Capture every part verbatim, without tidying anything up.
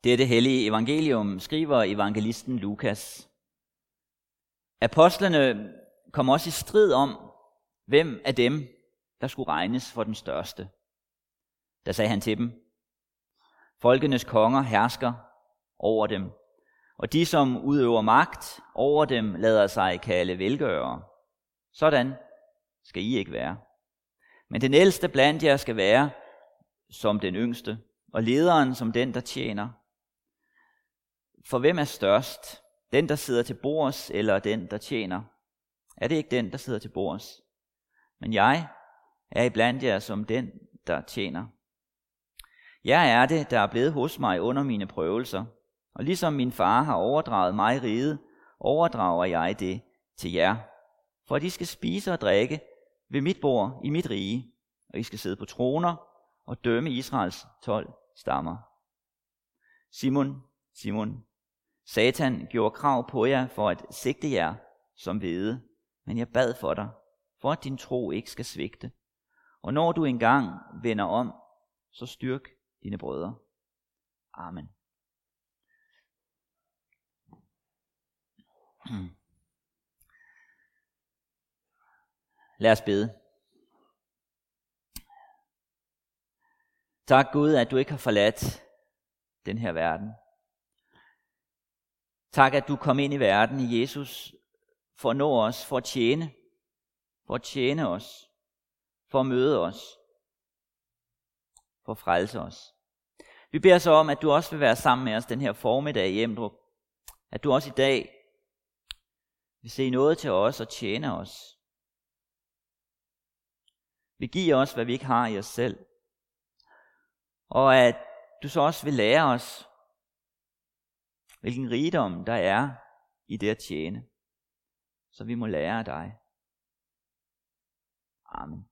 Dette hellige evangelium skriver evangelisten Lukas. Apostlene kom også i strid om, hvem af dem, der skulle regnes for den største. Der sagde han til dem: Folkenes konger hersker over dem, og de, som udøver magt over dem, lader sig kalde velgørere. Sådan skal I ikke være. Men den ældste blandt jer skal være som den yngste, og lederen som den, der tjener. For hvem er størst? Den, der sidder til bords, eller den, der tjener? Er det ikke den, der sidder til bords? Men jeg er iblandt jer som den, der tjener. Jeg er det, der er blevet hos mig under mine prøvelser, og ligesom min far har overdraget mig riget, overdrager jeg det til jer, for at I skal spise og drikke ved mit bord i mit rige, og I skal sidde på troner og dømme Israels tolv stammer. Simon, Simon, Satan gjorde krav på jer for at sigte jer som hvede, men jeg bad for dig, for at din tro ikke skal svigte. Og når du engang vender om, så styrk dine brødre. Amen. Lad os bede. Tak Gud, at du ikke har forladt den her verden. Tak, at du kom ind i verden i Jesus for at nå os, for at tjene, for at tjene os, for at møde os, for at frelse os. Vi beder så om, at du også vil være sammen med os den her formiddag i Emdrup. At du også i dag vil se noget til os og tjene os. Vi giver os, hvad vi ikke har i os selv. Og at du så også vil lære os, hvilken rigdom der er i det at tjene. Så vi må lære af dig. Amen.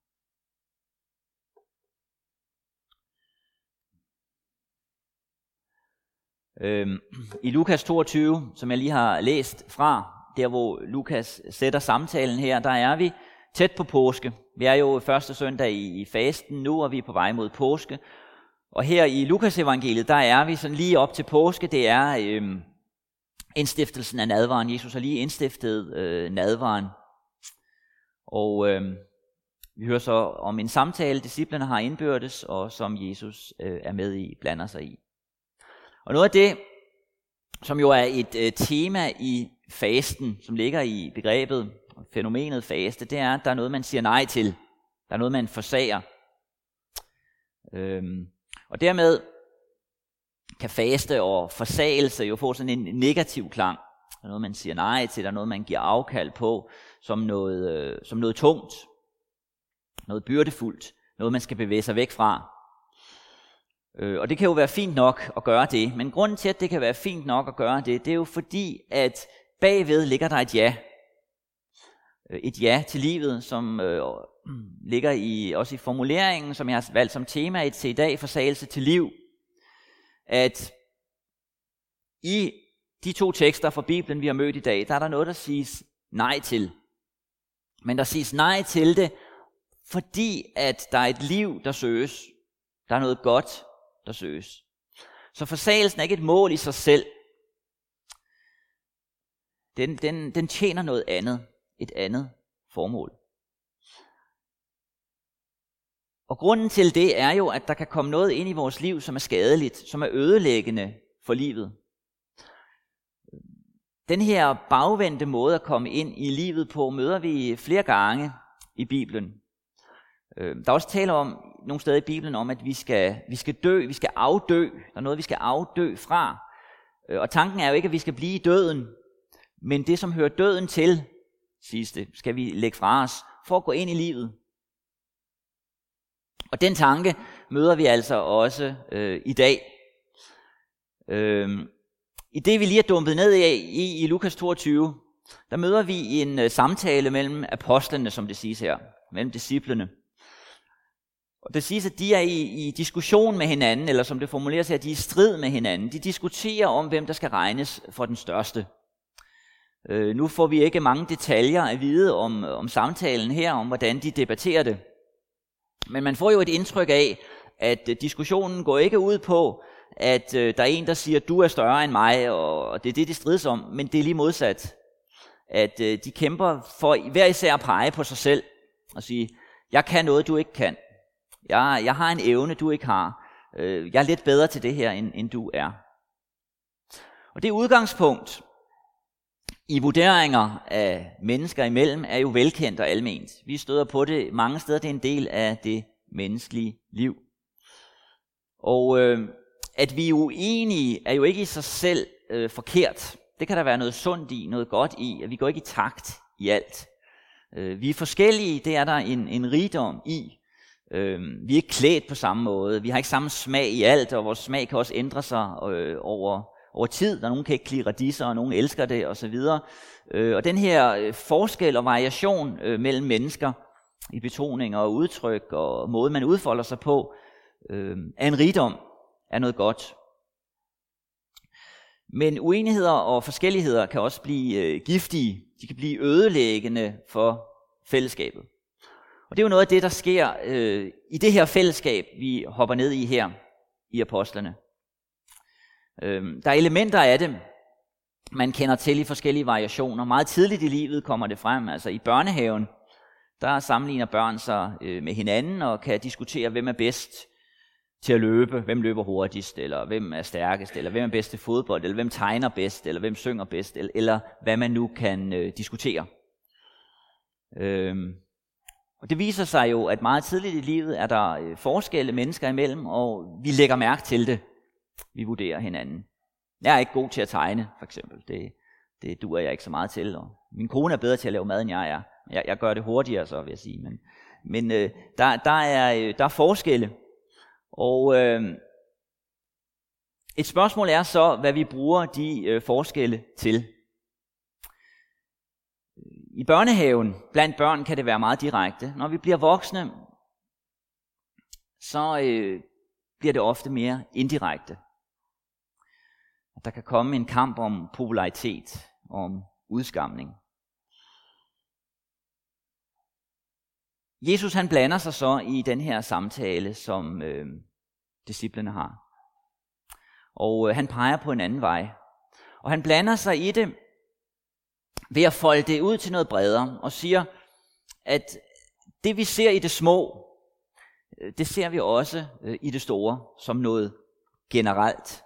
Øhm, I Lukas toogtyve, som jeg lige har læst fra, der hvor Lukas sætter samtalen her, der er vi tæt på påske. Vi er jo første søndag i, i fasten nu, og vi er på vej mod påske. Og her i Lukas evangeliet, der er vi sådan lige op til påske. Det er øhm, indstiftelsen af nadveren. Jesus har lige indstiftet øh, nadveren. Og øhm, vi hører så om en samtale, disciplene har indbyrdes, og som Jesus øh, er med i, blander sig i. Og noget af det, som jo er et øh, tema i fasten, som ligger i begrebet, fænomenet faste, det er, at der er noget, man siger nej til. Der er noget, man forsager. Øhm, og dermed kan faste og forsagelse jo få sådan en negativ klang. Der er noget, man siger nej til, der er noget, man giver afkald på, som noget, øh, som noget tungt, noget byrdefuldt, noget, man skal bevæge sig væk fra. Øh, og det kan jo være fint nok at gøre det, men grunden til, at det kan være fint nok at gøre det, det er jo fordi, at bagved ligger der et ja. Et ja til livet, som øh, ligger i, også i formuleringen, som jeg har valgt som tema til i dag, forsagelse til liv. At i de to tekster fra Bibelen, vi har mødt i dag, der er der noget, der siges nej til. Men der siges nej til det, fordi at der er et liv, der søges. Der er noget godt, der søges. Så forsagelsen er ikke et mål i sig selv. Den, den, den tjener noget andet. Et andet formål. Og grunden til det er jo, at der kan komme noget ind i vores liv, som er skadeligt, som er ødelæggende for livet. Den her bagvendte måde at komme ind i livet på, møder vi flere gange i Bibelen. Der er også tale om nogle steder i Bibelen om, at vi skal, vi skal dø, vi skal afdø. Der er noget, vi skal afdø fra. Og tanken er jo ikke, at vi skal blive i døden, men det, som hører døden til, siges det, skal vi lægge fra os, for at gå ind i livet. Og den tanke møder vi altså også øh, i dag. Øh, I det vi lige er dumpet ned i, i, i Lukas toogtyve, der møder vi en øh, samtale mellem apostlene, som det siges her, mellem disciplene. Og det siges, at de er i, i diskussion med hinanden, eller som det formuleres her, de er i strid med hinanden. De diskuterer om, hvem der skal regnes for den største. Øh, nu får vi ikke mange detaljer at vide om, om samtalen her, om hvordan de debatterer det. Men man får jo et indtryk af, at diskussionen går ikke ud på, at øh, der er en, der siger, du er større end mig, og det er det, de strides om, men det er lige modsat. At øh, de kæmper for hver især at pege på sig selv og sige, jeg kan noget, du ikke kan. Jeg, jeg har en evne, du ikke har. Øh, jeg er lidt bedre til det her, end, end du er. Og det udgangspunkt i vurderinger af mennesker imellem er jo velkendt og alment. Vi støder på det mange steder, det er en del af det menneskelige liv. Og øh, at vi er uenige er jo ikke i sig selv øh, forkert. Det kan der være noget sundt i, noget godt i, at vi går ikke i takt i alt. Øh, vi er forskellige, det er der en, en rigdom i. Øh, vi er ikke klædt på samme måde, vi har ikke samme smag i alt, og vores smag kan også ændre sig øh, over, over tid. Der er nogen, kan ikke lide radiser, og nogen elsker det osv. Øh, og den her øh, forskel og variation øh, mellem mennesker i betoning og udtryk og måde, man udfolder sig på, øh, er en rigdom, er noget godt. Men uenigheder og forskelligheder kan også blive øh, giftige. De kan blive ødelæggende for fællesskabet. Og det er jo noget af det, der sker øh, i det her fællesskab, vi hopper ned i her i apostlene. Øh, der er elementer af det, man kender til i forskellige variationer. Meget tidligt i livet kommer det frem. Altså i børnehaven, der sammenligner børn sig øh, med hinanden og kan diskutere, hvem er bedst til at løbe, hvem løber hurtigst, eller hvem er stærkest, eller hvem er bedst til fodbold, eller hvem tegner bedst, eller hvem synger bedst, eller, eller hvad man nu kan øh, diskutere. Øhm, og det viser sig jo, at meget tidligt i livet er der øh, forskelle mennesker imellem, og vi lægger mærke til det. Vi vurderer hinanden. Jeg er ikke god til at tegne, for eksempel. Det, det duer jeg ikke så meget til. Og min kone er bedre til at lave mad, end jeg er. Jeg, jeg gør det hurtigere, så vil jeg sige. Men, men øh, der, der, er, øh, der er forskelle. Og øh, et spørgsmål er så, hvad vi bruger de øh, forskelle til. I børnehaven, blandt børn, kan det være meget direkte. Når vi bliver voksne, så øh, bliver det ofte mere indirekte. Der kan komme en kamp om popularitet, om udskamning. Jesus han blander sig så i den her samtale, som øh, disciplene har. Og øh, han peger på en anden vej. Og han blander sig i det ved at folde det ud til noget bredere og siger, at det vi ser i det små, det ser vi også øh, i det store som noget generelt.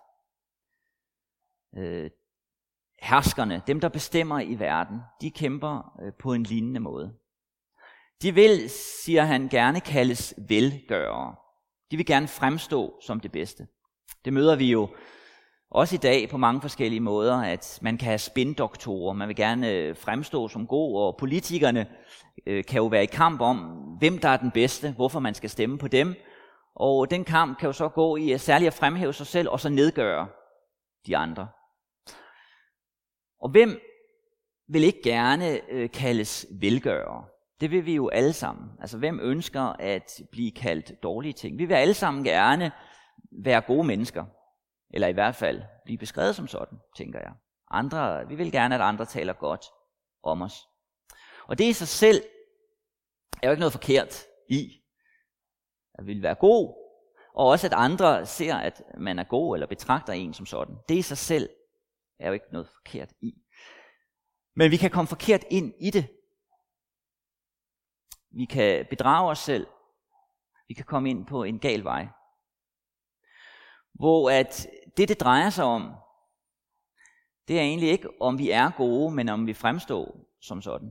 Øh, herskerne, dem der bestemmer i verden, de kæmper øh, på en lignende måde. De vil, siger han, gerne kaldes velgørere. De vil gerne fremstå som det bedste. Det møder vi jo også i dag på mange forskellige måder, at man kan have spindoktorer, man vil gerne fremstå som god, og politikerne øh, kan jo være i kamp om, hvem der er den bedste, hvorfor man skal stemme på dem. Og den kamp kan jo så gå i særligt at fremhæve sig selv, og så nedgøre de andre. Og hvem vil ikke gerne øh, kaldes velgørere? Det vil vi jo alle sammen. Altså hvem ønsker at blive kaldt dårlige ting? Vi vil alle sammen gerne være gode mennesker. Eller i hvert fald blive beskrevet som sådan, tænker jeg. Andre, vi vil gerne, at andre taler godt om os. Og det i sig selv er jo ikke noget forkert i at ville være god. Og også at andre ser, at man er god eller betragter en som sådan. Det i sig selv er jo ikke noget forkert i. Men vi kan komme forkert ind i det. Vi kan bedrage os selv. Vi kan komme ind på en gal vej. Hvor at det, det drejer sig om, det er egentlig ikke, om vi er gode, men om vi fremstår som sådan.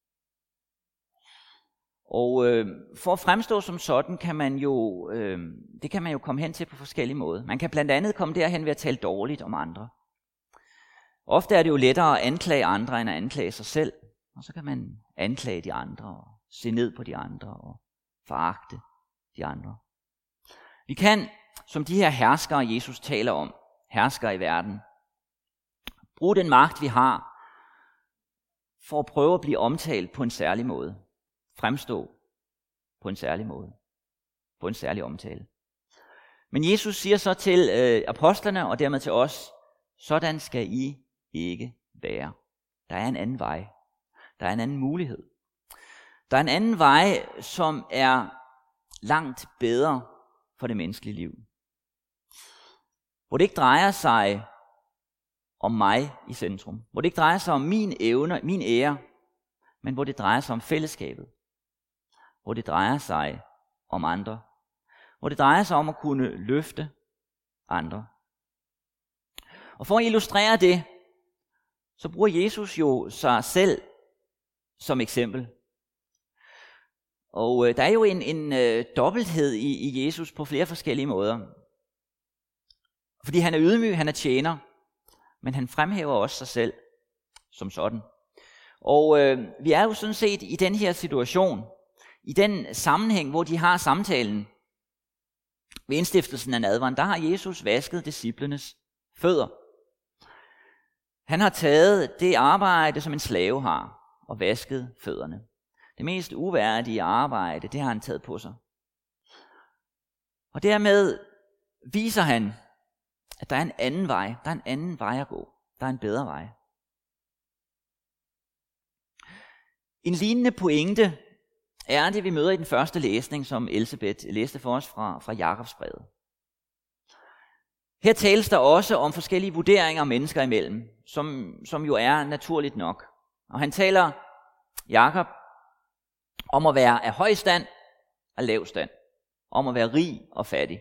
Og øh, for at fremstå som sådan, kan man jo, øh, det kan man jo komme hen til på forskellige måder. Man kan blandt andet komme derhen ved at tale dårligt om andre. Ofte er det jo lettere at anklage andre, end at anklage sig selv. Og så kan man anklage de andre, og se ned på de andre, og foragte de andre. Vi kan, som de her herskere, Jesus taler om, herskere i verden, bruge den magt, vi har, for at prøve at blive omtalt på en særlig måde. Fremstå på en særlig måde. På en særlig omtale. Men Jesus siger så til øh, apostlerne, og dermed til os, sådan skal I ikke være. Der er en anden vej. Der er en anden mulighed. Der er en anden vej, som er langt bedre for det menneskelige liv. Hvor det ikke drejer sig om mig i centrum. Hvor det ikke drejer sig om min evne, min ære, men hvor det drejer sig om fællesskabet. Hvor det drejer sig om andre. Hvor det drejer sig om at kunne løfte andre. Og for at illustrere det, så bruger Jesus jo sig selv som eksempel. Og øh, der er jo en, en øh, dobbelthed i, i Jesus på flere forskellige måder. Fordi han er ydmyg, han er tjener, men han fremhæver også sig selv som sådan. Og øh, vi er jo sådan set i den her situation, i den sammenhæng, hvor de har samtalen ved indstiftelsen af nadveren, der har Jesus vasket disciplenes fødder. Han har taget det arbejde, som en slave har, og vasket fødderne. Det mest uværdige arbejde, det har han taget på sig. Og dermed viser han, at der er en anden vej. Der er en anden vej at gå. Der er en bedre vej. En lignende pointe er det, vi møder i den første læsning, som Elisabeth læste for os fra, fra Jakobsbrevet. Her tales der også om forskellige vurderinger mennesker imellem, som, som jo er naturligt nok. Og han taler, Jakob, om at være af høj stand og lav stand. Om at være rig og fattig.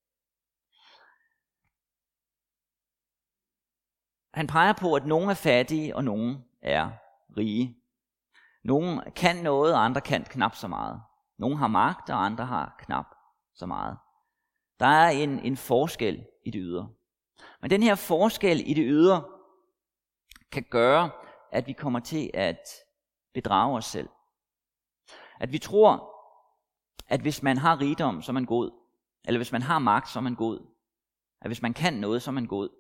Han peger på, at nogle er fattige, og nogle er rige. Nogle kan noget, og andre kan knap så meget. Nogle har magt, og andre har knap så meget. Der er en, en forskel i det ydre. Men den her forskel i det ydre kan gøre, at vi kommer til at bedrage os selv. At vi tror, at hvis man har rigdom, så er man god. Eller hvis man har magt, så er man god. At hvis man kan noget, så er man god.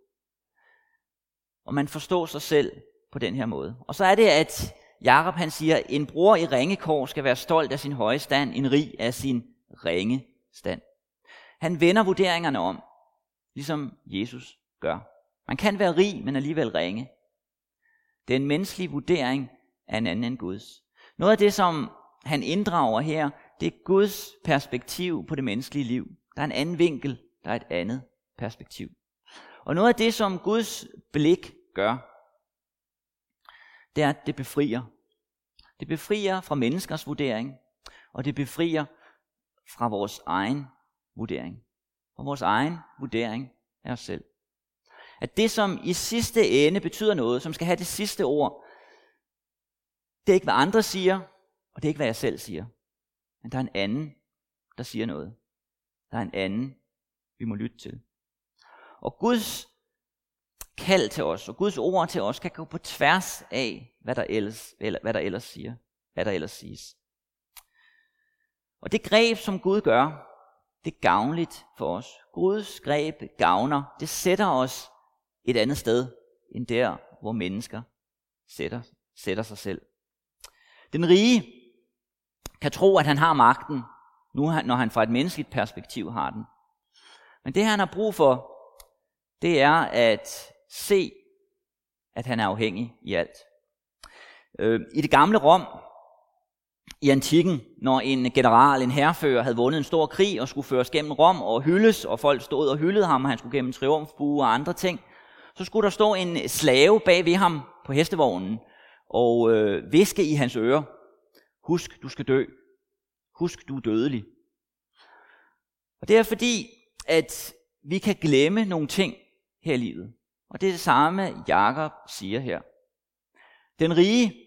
Og man forstår sig selv på den her måde. Og så er det, at Jakob han siger, en bror i ringekår skal være stolt af sin høje stand, en rig af sin ringe stand. Han vender vurderingerne om, ligesom Jesus gør. Man kan være rig, men alligevel ringe. Den menneskelige vurdering er en anden end Guds. Noget af det, som han inddrager her, det er Guds perspektiv på det menneskelige liv. Der er en anden vinkel, der er et andet perspektiv. Og noget af det, som Guds blik gør, det er, at det befrier. Det befrier fra menneskers vurdering, og det befrier fra vores egen vurdering. Fra vores egen vurdering af os selv. At det, som i sidste ende betyder noget, som skal have det sidste ord, det er ikke, hvad andre siger, og det er ikke, hvad jeg selv siger. Men der er en anden, der siger noget. Der er en anden, vi må lytte til. Og Guds kald til os, og Guds ord til os, kan gå på tværs af, hvad der ellers, eller, hvad der ellers siger, hvad der ellers siges. Og det greb, som Gud gør, det er gavnligt for os. Guds greb gavner, det sætter os et andet sted, end der, hvor mennesker sætter, sætter sig selv. Den rige kan tro, at han har magten, nu når han fra et menneskeligt perspektiv har den. Men det, han har brug for, det er at se, at han er afhængig i alt. Øh, I det gamle Rom, i antikken, når en general, en hærfører, havde vundet en stor krig og skulle føres gennem Rom og hyldes, og folk stod og hyldede ham, og han skulle gennem triumfbue og andre ting, så skulle der stå en slave bag ved ham på hestevognen og øh, viske i hans øre, husk, du skal dø. Husk, du er dødelig. Og det er fordi, at vi kan glemme nogle ting her i livet. Og det er det samme, Jakob siger her. Den rige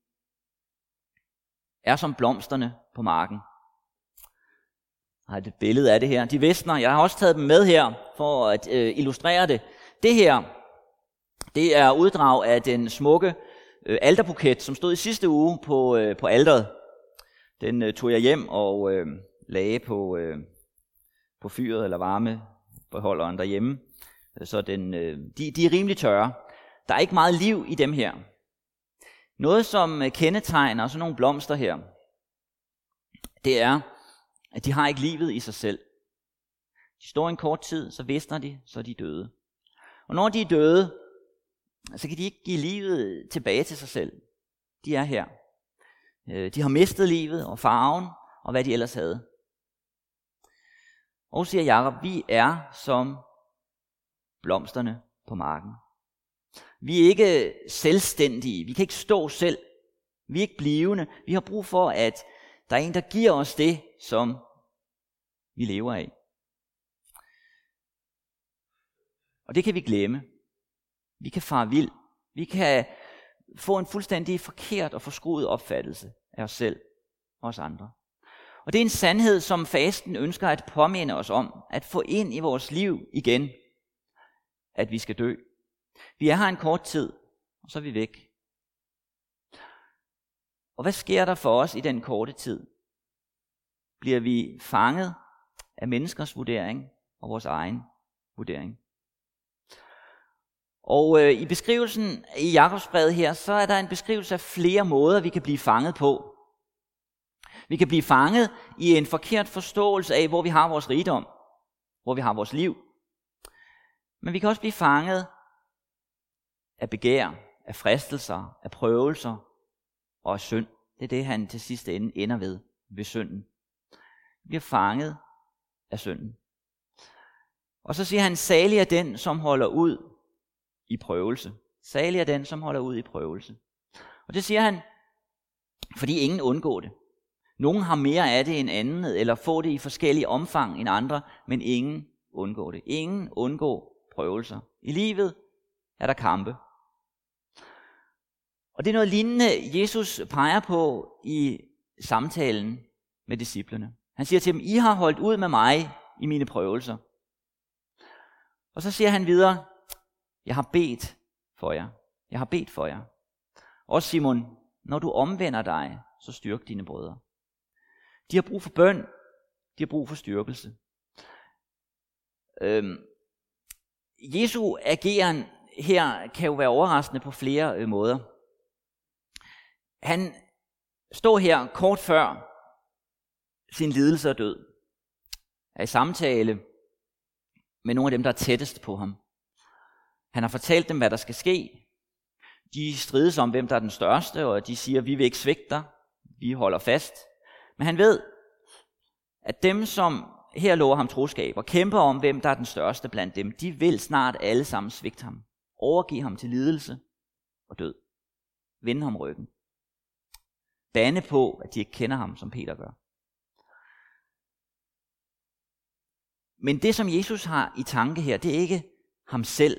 er som blomsterne på marken. Jeg har et billede af det her. De visner, jeg har også taget dem med her for at øh, illustrere det. Det her, det er uddrag af den smukke øh, alterbuket, som stod i sidste uge på, øh, på alteret. Den øh, tog jeg hjem og øh, lagde på, øh, på fyret eller varmebeholderen derhjemme. Så den, øh, de, de er rimelig tørre. Der er ikke meget liv i dem her. Noget, som kendetegner sådan nogle blomster her, det er, at de har ikke livet i sig selv. De står en kort tid, så visner de, så er de døde. Og når de er døde, så kan de ikke give livet tilbage til sig selv. De er her. De har mistet livet og farven, og hvad de ellers havde. Og siger Jakob, vi er som blomsterne på marken. Vi er ikke selvstændige. Vi kan ikke stå selv. Vi er ikke blivende. Vi har brug for, at der er en, der giver os det, som vi lever af. Og det kan vi glemme. Vi kan fare vild. Vi kan få en fuldstændig forkert og forskruet opfattelse af os selv og os andre. Og det er en sandhed, som fasten ønsker at påminde os om, at få ind i vores liv igen, at vi skal dø. Vi er her en kort tid, og så er vi væk. Og hvad sker der for os i den korte tid? Bliver vi fanget af menneskers vurdering og vores egen vurdering? Og øh, i beskrivelsen i Jakobsbrevet her, så er der en beskrivelse af flere måder, vi kan blive fanget på. Vi kan blive fanget i en forkert forståelse af, hvor vi har vores rigdom, hvor vi har vores liv. Men vi kan også blive fanget af begær, af fristelser, af prøvelser og af synd. Det er det, han til sidste ende ender ved, ved synden. Vi bliver fanget af synden. Og så siger han, salig er den, som holder ud i prøvelse. Salig er den, som holder ud i prøvelse. Og det siger han, fordi ingen undgår det. Nogen har mere af det end anden, eller får det i forskellige omfang end andre, men ingen undgår det. Ingen undgår prøvelser. I livet er der kampe. Og det er noget lignende, Jesus peger på i samtalen med disciplene. Han siger til dem, I har holdt ud med mig i mine prøvelser. Og så siger han videre, jeg har bedt for jer. Jeg har bedt for jer. Og Simon, når du omvender dig, så styrk dine brødre. De har brug for bøn. De har brug for styrkelse. Øhm, Jesu ageren her kan jo være overraskende på flere øh, måder. Han står her kort før sin lidelse og død. Er i samtale med nogle af dem, der er tættest på ham. Han har fortalt dem, hvad der skal ske. De strides om, hvem der er den største, og de siger, vi vil ikke svigte dig. Vi holder fast. Men han ved, at dem, som her lover ham troskab og kæmper om, hvem der er den største blandt dem, de vil snart alle sammen svigte ham. Overgive ham til lidelse og død. Vende ham ryggen. Bande på, at de ikke kender ham, som Peter gør. Men det, som Jesus har i tanke her, det er ikke ham selv.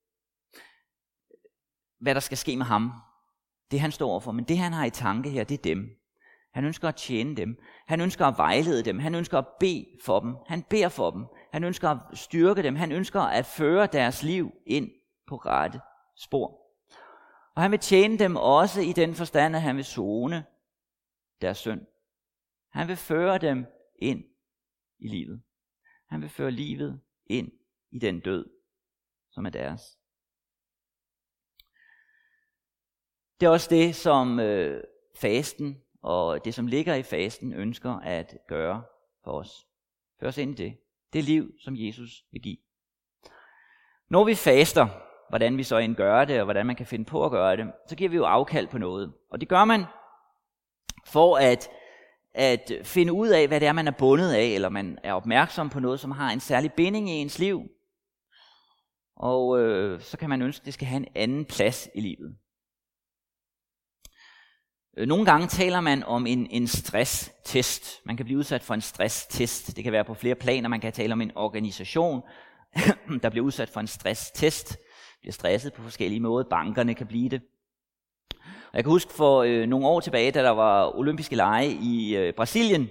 Hvad der skal ske med ham. Det han står overfor. Men det han har i tanke her, det er dem. Han ønsker at tjene dem. Han ønsker at vejlede dem. Han ønsker at bede for dem. Han beder for dem. Han ønsker at styrke dem. Han ønsker at føre deres liv ind på rette spor. Og han vil tjene dem også i den forstand, at han vil sone deres synd. Han vil føre dem ind i livet. Han vil føre livet ind i den død, som er deres. Det er også det, som øh, fasten og det, som ligger i fasten, ønsker at gøre for os. Før os ind i det. Det liv, som Jesus vil give. Når vi faster, hvordan vi så end gør det, og hvordan man kan finde på at gøre det, så giver vi jo afkald på noget. Og det gør man for at, at finde ud af, hvad det er, man er bundet af, eller man er opmærksom på noget, som har en særlig binding i ens liv. Og øh, så kan man ønske, at det skal have en anden plads i livet. Nogle gange taler man om en, en stresstest. Man kan blive udsat for en stresstest. Det kan være på flere planer. Man kan tale om en organisation, der bliver udsat for en stresstest. Bliver stresset på forskellige måder. Bankerne kan blive det. Og jeg kan huske for øh, nogle år tilbage, da der var olympiske lege i øh, Brasilien.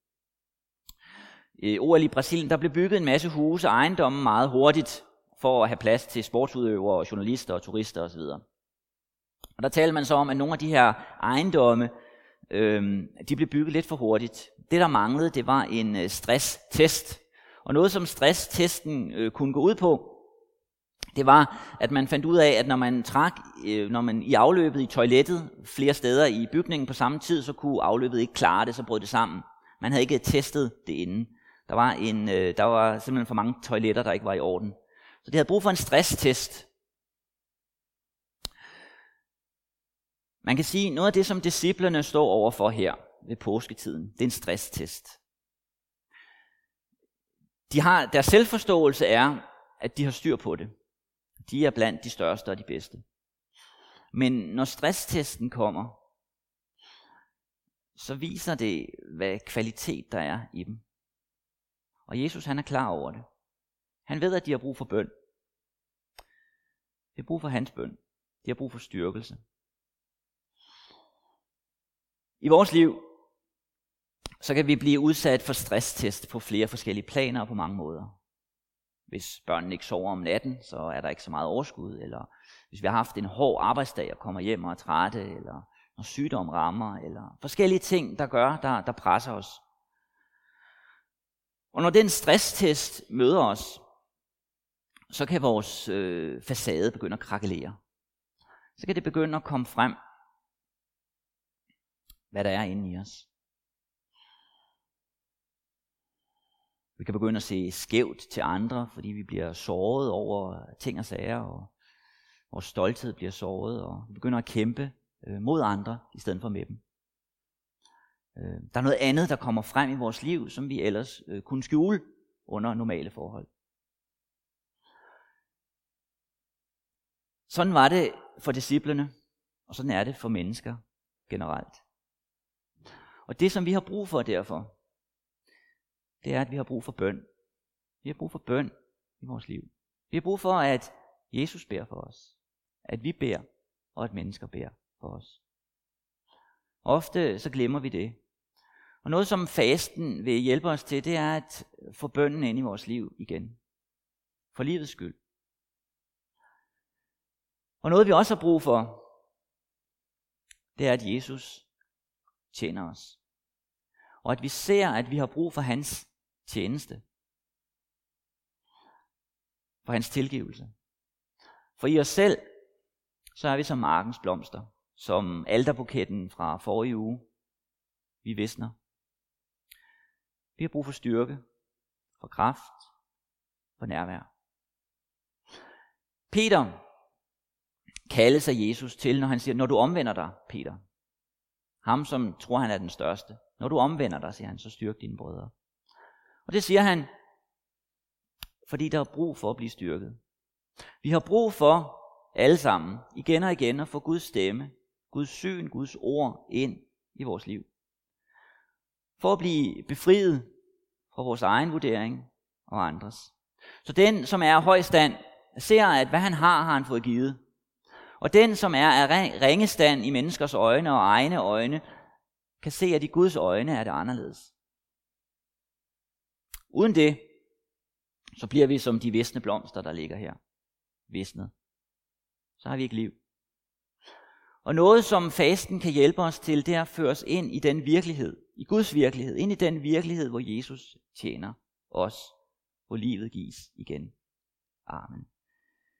I O L i Brasilien, der blev bygget en masse huse og ejendomme meget hurtigt, for at have plads til sportsudøvere, journalister og turister osv. Og der talte man så om, at nogle af de her ejendomme, øh, de blev bygget lidt for hurtigt. Det, der manglede, det var en øh, stresstest. Og noget, som stresstesten øh, kunne gå ud på, det var, at man fandt ud af, at når man trak, øh, når man i afløbet i toilettet flere steder i bygningen på samme tid, så kunne afløbet ikke klare det, så brød det sammen. Man havde ikke testet det inden. Der var, en, øh, der var simpelthen for mange toiletter, der ikke var i orden. Så det havde brug for en stresstest. Man kan sige, at noget af det, som disciplene står overfor her ved påsketiden, det er en stresstest. De har, deres selvforståelse er, at de har styr på det. de er blandt de største og de bedste. Men når stresstesten kommer, så viser det, hvad kvalitet der er i dem. Og Jesus, han er klar over det. Han ved, at de har brug for bøn. De har brug for hans bøn. De har brug for styrkelse. I vores liv, så kan vi blive udsat for stresstest på flere forskellige planer og på mange måder. Hvis børnene ikke sover om natten, så er der ikke så meget overskud. Eller hvis vi har haft en hård arbejdsdag og kommer hjem og er trætte, eller når sygdom rammer, eller forskellige ting, der gør, der, der presser os. Og når den stresstest møder os, så kan vores øh, facade begynde at krakelere. Så kan det begynde at komme frem, hvad der er inde i os. Vi kan begynde at se skævt til andre, fordi vi bliver såret over ting og sager, og vores stolthed bliver såret, og vi begynder at kæmpe øh, mod andre, i stedet for med dem. Øh, der er noget andet, der kommer frem i vores liv, som vi ellers øh, kunne skjule under normale forhold. Sådan var det for disciplene, og sådan er det for mennesker generelt. Og det, som vi har brug for derfor, det er, at vi har brug for bøn. Vi har brug for bøn i vores liv. Vi har brug for, at Jesus beder for os. At vi beder, og at mennesker beder for os. Ofte så glemmer vi det. Og noget, som fasten vil hjælpe os til, det er at få bønnen ind i vores liv igen. For livets skyld. Og noget, vi også har brug for, det er, at Jesus tjener os. Og at vi ser, at vi har brug for hans tjeneste. For hans tilgivelse. For i os selv, så er vi som markens blomster. Som alterbuketten fra forrige uge. Vi visner. Vi har brug for styrke, for kraft, for nærvær. Peter kaldes af Jesus til, når han siger, når du omvender dig, Peter. Ham, som tror, han er den største. Når du omvender dig, siger han, så styrk dine brødre. Og det siger han, fordi der er brug for at blive styrket. Vi har brug for, alle sammen, igen og igen, at få Guds stemme, Guds syn, Guds ord ind i vores liv. For at blive befriet fra vores egen vurdering og andres. Så den, som er høj stand, ser, at hvad han har, har han fået givet. Og den, som er af ringe stand i menneskers øjne og egne øjne, kan se, at i Guds øjne er det anderledes. Uden det, så bliver vi som de visne blomster, der ligger her. Visnet. Så har vi ikke liv. Og noget, som fasten kan hjælpe os til, det er at føre os ind i den virkelighed, i Guds virkelighed, ind i den virkelighed, hvor Jesus tjener os, hvor livet gives igen. Amen.